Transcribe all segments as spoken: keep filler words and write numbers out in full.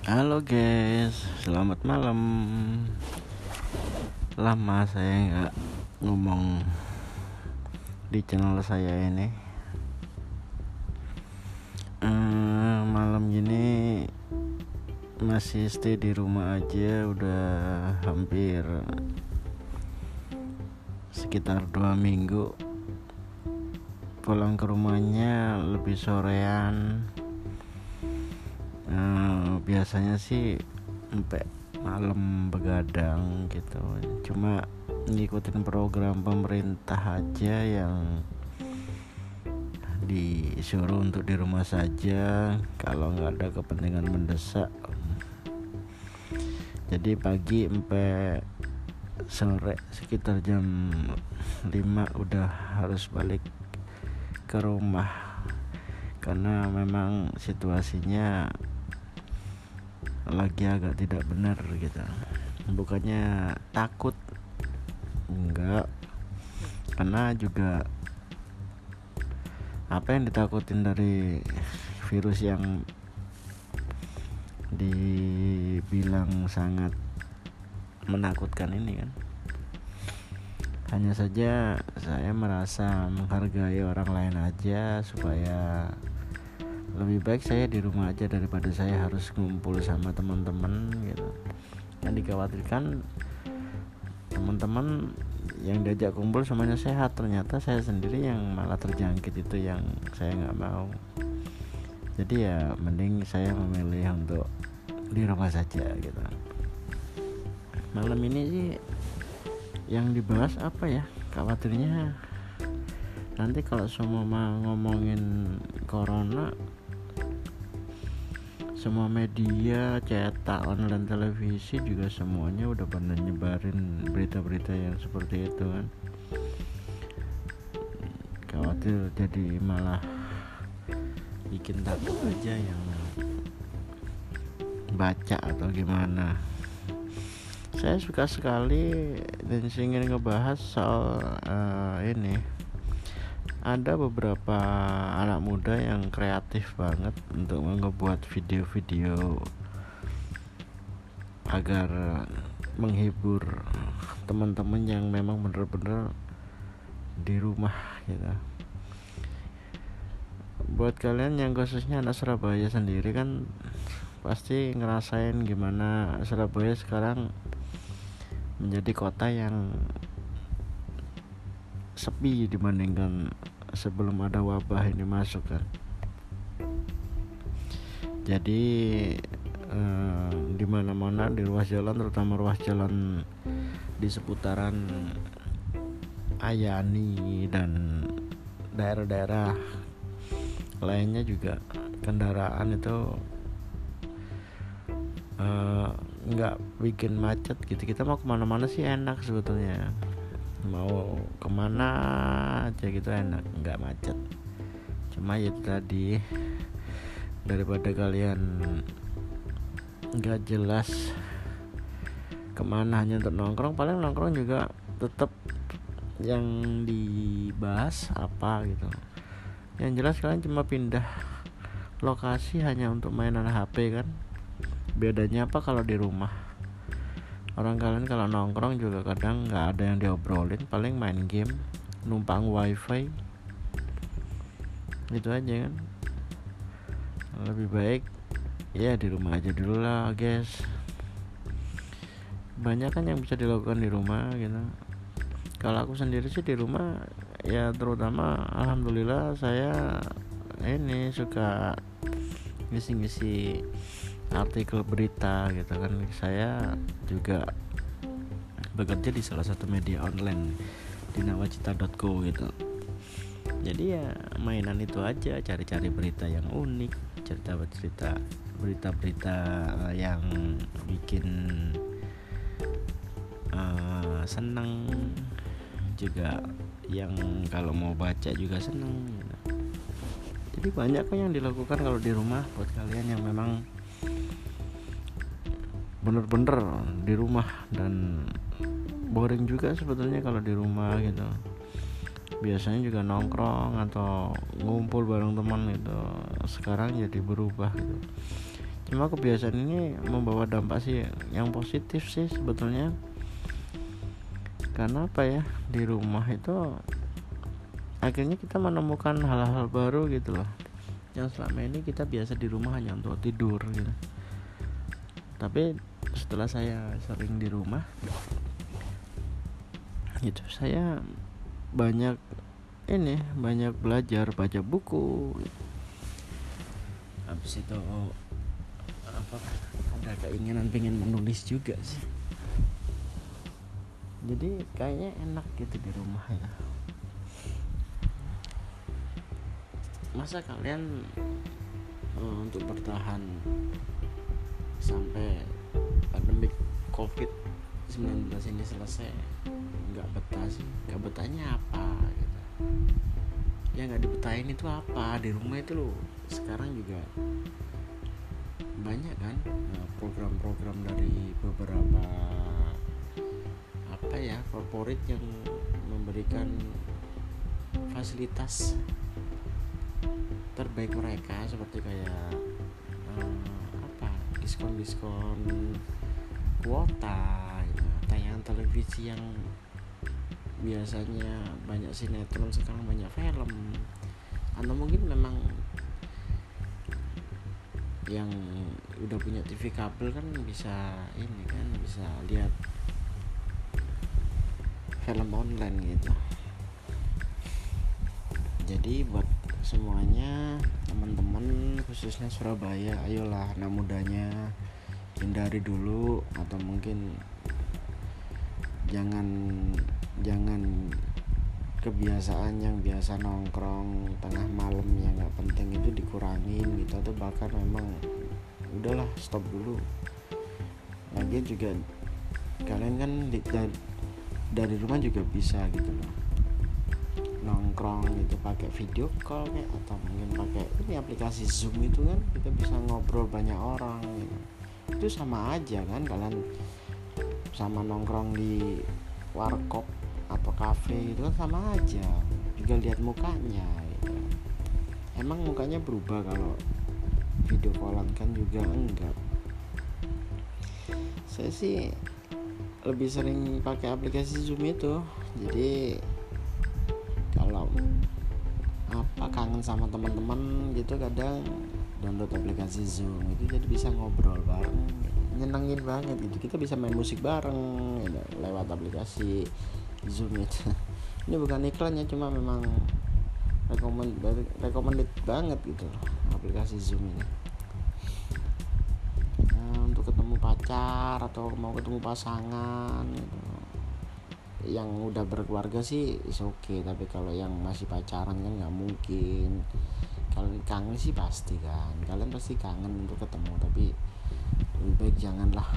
Halo guys, selamat malam. Lama saya nggak ngomong di channel saya ini. ehm, Malam gini masih stay di rumah aja, udah hampir sekitar dua minggu. Pulang ke rumahnya lebih sorean. Ehm, biasanya sih sampai malam begadang gitu, cuma ngikutin program pemerintah aja yang disuruh untuk di rumah saja kalau nggak ada kepentingan mendesak. Jadi pagi sampai sore sekitar jam lima udah harus balik ke rumah karena memang situasinya lagi agak tidak benar gitu. Bukannya takut, enggak, karena juga apa yang ditakutin dari virus yang dibilang sangat menakutkan ini kan. Hanya saja saya merasa menghargai orang lain aja, supaya lebih baik saya di rumah aja daripada saya harus ngumpul sama teman-teman gitu. Yang dikhawatirkan teman-teman yang diajak kumpul semuanya sehat, ternyata saya sendiri yang malah terjangkit, itu yang saya nggak mau. Jadi ya mending saya memilih untuk di rumah saja gitu. Malam ini sih yang dibahas apa ya, khawatirnya nanti kalau semua ngomongin corona, semua media cetak, online, televisi juga semuanya udah pada nyebarin berita-berita yang seperti itu kan. Khawatir jadi malah bikin takut aja yang baca atau gimana. Saya suka sekali dan ingin ngebahas soal uh, ini. Ada beberapa anak muda yang kreatif banget untuk ngebuat video-video agar menghibur teman-teman yang memang bener-bener di rumah gitu. Buat kalian yang khususnya anak Surabaya sendiri kan pasti ngerasain gimana Surabaya sekarang menjadi kota yang sepi dibandingkan sebelum ada wabah ini masuk kan. Jadi eh, di mana-mana di ruas jalan, terutama ruas jalan di seputaran Ayani dan daerah-daerah lainnya juga kendaraan itu nggak uh, bikin macet gitu. Kita mau kemana-mana sih enak sebetulnya, mau kemana aja gitu enak, nggak macet. Cuma ya tadi, daripada kalian nggak jelas kemana hanya untuk nongkrong, paling nongkrong juga tetap yang dibahas apa gitu. Yang jelas kalian cuma pindah lokasi hanya untuk mainan H P kan. Bedanya apa kalau di rumah? Orang kalian kalau nongkrong juga kadang nggak ada yang diobrolin, paling main game, numpang wifi, gitu aja kan. Lebih baik ya di rumah aja dulu lah guys. Banyak kan yang bisa dilakukan di rumah gitu. Kalau aku sendiri sih di rumah ya, terutama alhamdulillah saya ini suka ngisi-ngisi artikel berita gitu kan. Saya juga bekerja di salah satu media online di nawacita dot co gitu. Jadi ya mainan itu aja, cari-cari berita yang unik, cerita-cerita berita-berita yang bikin uh, seneng juga, yang kalau mau baca juga seneng gitu. Jadi banyak kok yang dilakukan kalau di rumah. Buat kalian yang memang bener-bener di rumah dan boring juga sebetulnya kalau di rumah gitu, biasanya juga nongkrong atau ngumpul bareng teman gitu, sekarang jadi berubah gitu. Cuma kebiasaan ini membawa dampak sih yang positif sih sebetulnya. Karena apa ya, di rumah itu akhirnya kita menemukan hal-hal baru gitu loh, yang selama ini kita biasa di rumah hanya untuk tidur gitu. Tapi setelah saya sering di rumah itu saya banyak ini banyak belajar, baca buku. Habis itu apa, ada keinginan pengen menulis juga sih. Jadi kayaknya enak gitu di rumah ya. Masa kalian uh, untuk bertahan sampai pandemi covid sembilan belas ini selesai nggak betah sih? Nggak betahnya apa gitu ya, nggak dibetahin itu apa? Di rumah itu loh sekarang juga banyak kan program-program dari beberapa apa ya, corporate yang memberikan fasilitas terbaik mereka, seperti kayak uh, apa diskon-diskon kuota gitu. Tayangan televisi yang biasanya banyak sinetron sekarang banyak film, atau mungkin memang yang udah punya T V kabel kan bisa ini kan bisa lihat film online gitu. Jadi buat semuanya teman-teman khususnya Surabaya, ayolah anak mudanya hindari dulu, atau mungkin jangan jangan kebiasaan yang biasa nongkrong tengah malam yang nggak penting itu dikurangin gitu, atau bahkan memang udahlah stop dulu. Lagi juga kalian kan di, dari, dari rumah juga bisa gitu loh nongkrong itu pakai video call kayak, atau mungkin pakai ini aplikasi Zoom itu kan kita bisa ngobrol banyak orang gitu. Itu sama aja kan, kalian sama nongkrong di warkop atau kafe itu kan sama aja, juga lihat mukanya gitu. Emang mukanya berubah kalau video callan? Kan juga enggak. Saya sih lebih sering pakai aplikasi Zoom itu. Jadi kalau apa kangen sama teman-teman gitu kadang download aplikasi Zoom itu, jadi bisa ngobrol bareng, nyenengin banget gitu. Kita bisa main musik bareng gitu, lewat aplikasi Zoom itu. Ini bukan iklan ya, cuma memang recommend recommended banget gitu aplikasi Zoom ini. Nah, untuk ketemu pacar atau mau ketemu pasangan gitu, yang udah berkeluarga sih is oke okay. Tapi kalau yang masih pacaran kan nggak mungkin. Kalian kangen sih pasti kan, kalian pasti kangen untuk ketemu, tapi lebih baik janganlah.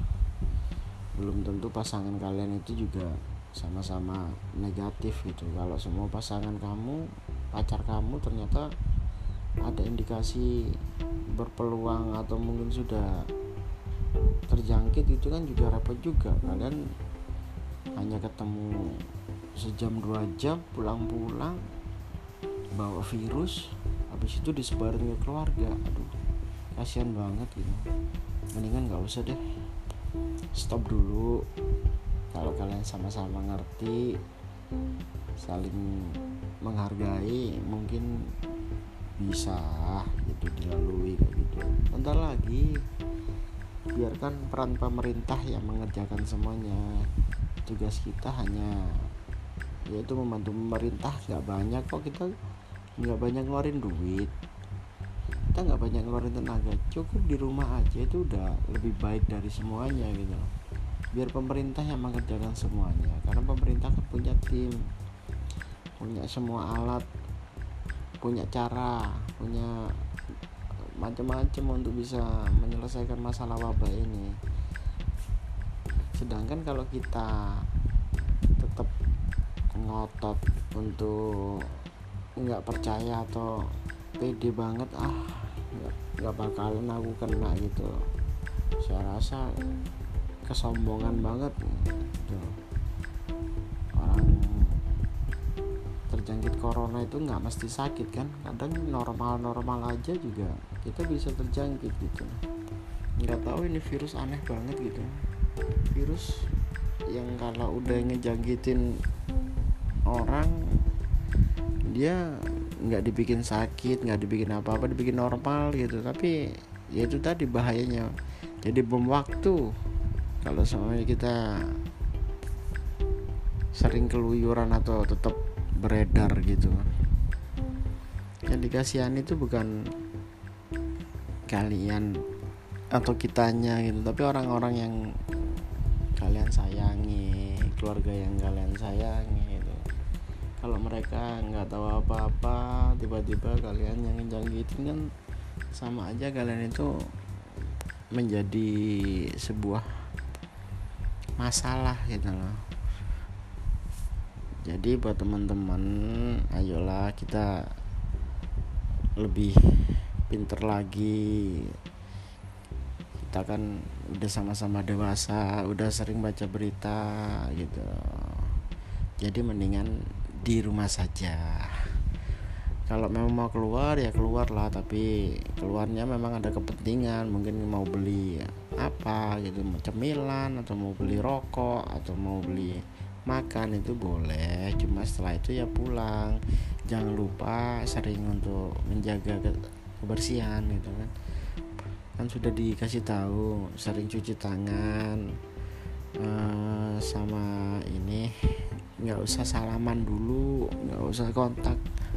Belum tentu pasangan kalian itu juga sama-sama negatif gitu. Kalau semua pasangan kamu, pacar kamu ternyata ada indikasi berpeluang atau mungkin sudah terjangkit, itu kan juga repot juga. Kalian hanya ketemu sejam dua jam, pulang-pulang bawa virus, habis itu disebarin ke keluarga. Aduh, kasihan banget gitu. Mendingan nggak usah deh, stop dulu. Kalau kalian sama-sama ngerti, saling menghargai, mungkin bisa gitu dilalui kayak gitu. Bentar lagi biarkan peran pemerintah yang mengerjakan semuanya. Tugas kita hanya yaitu membantu pemerintah. Nggak banyak kok, kita nggak banyak ngeluarin duit, kita nggak banyak ngeluarin tenaga, cukup di rumah aja itu udah lebih baik dari semuanya gitu. Biar pemerintah yang mengerjakan semuanya, karena pemerintah kan punya tim, punya semua alat, punya cara, punya macam-macam untuk bisa menyelesaikan masalah wabah ini. Sedangkan kalau kita tetap ngotot untuk nggak percaya atau pede banget, ah nggak nggak bakalan aku kena gitu, saya rasa kesombongan banget gitu. Orang terjangkit corona itu nggak mesti sakit kan, kadang normal-normal aja juga kita bisa terjangkit gitu. nggak tahu ini virus aneh banget gitu, virus yang kalau udah ngejangkitin orang dia nggak dibikin sakit, nggak dibikin apa-apa, dibikin normal gitu. Tapi ya itu tadi bahayanya, jadi bom waktu kalau semuanya kita sering keluyuran atau tetap beredar gitu. Yang dikasihani itu bukan kalian atau kitanya gitu, tapi orang-orang yang kalian sayangi, keluarga yang kalian sayangi gitu. Kalau mereka nggak tahu apa-apa, tiba-tiba kalian yang ngejangkitin kan sama aja kalian itu menjadi sebuah masalah gitu loh. Jadi buat teman-teman, ayolah kita lebih pinter lagi. Kita kan udah sama-sama dewasa, udah sering baca berita gitu. Jadi mendingan di rumah saja. Kalau memang mau keluar ya keluar lah, tapi keluarnya memang ada kepentingan, mungkin mau beli apa gitu, cemilan atau mau beli rokok atau mau beli makan, itu boleh. Cuma setelah itu ya pulang. Jangan lupa sering untuk menjaga kebersihan gitu kan. Kan sudah dikasih tahu sering cuci tangan, uh, sama ini nggak usah salaman dulu, nggak usah kontak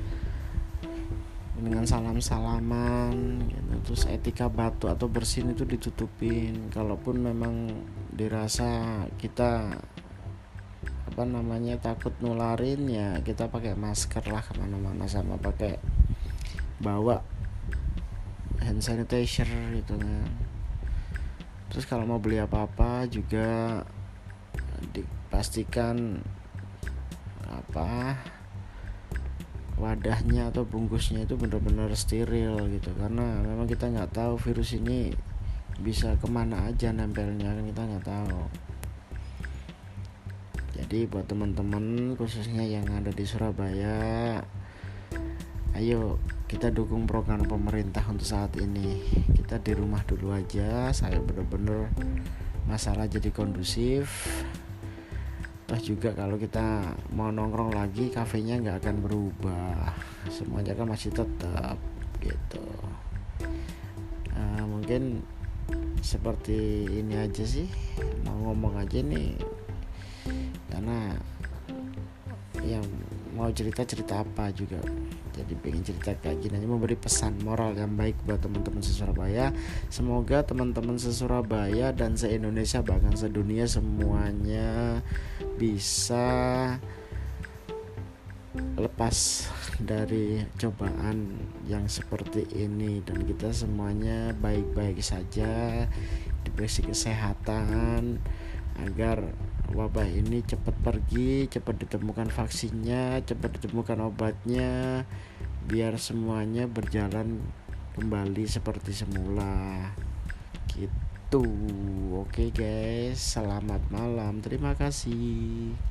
dengan salam-salaman gitu. Terus etika batu atau bersin itu ditutupin. Kalaupun memang dirasa kita apa namanya takut nularin, ya kita pakai masker lah kemana-mana, sama pakai bawa hand sanitizer gitu kan. Terus kalau mau beli apa-apa juga dipastikan apa wadahnya atau bungkusnya itu benar-benar steril gitu, karena memang kita nggak tahu virus ini bisa kemana aja nempelnya, kan kita nggak tahu. Jadi buat teman-teman khususnya yang ada di Surabaya, ayo kita dukung program pemerintah untuk saat ini. Kita di rumah dulu aja, saya benar-benar masalah jadi kondusif. Terus juga kalau kita mau nongkrong lagi, kafenya nggak akan berubah, semuanya kan masih tetap gitu. Uh, mungkin seperti ini aja sih, mau ngomong aja nih, karena yang mau cerita-cerita apa juga, jadi pengen cerita kayak gini aja, memberi pesan moral yang baik buat teman-teman se-Surabaya. Semoga teman-teman se-Surabaya dan se-Indonesia bahkan sedunia semuanya bisa lepas dari cobaan yang seperti ini, dan kita semuanya baik-baik saja, diberi kesehatan agar wabah ini cepat pergi, cepat ditemukan vaksinnya, cepat ditemukan obatnya, biar semuanya berjalan kembali seperti semula gitu. Oke guys, selamat malam, terima kasih.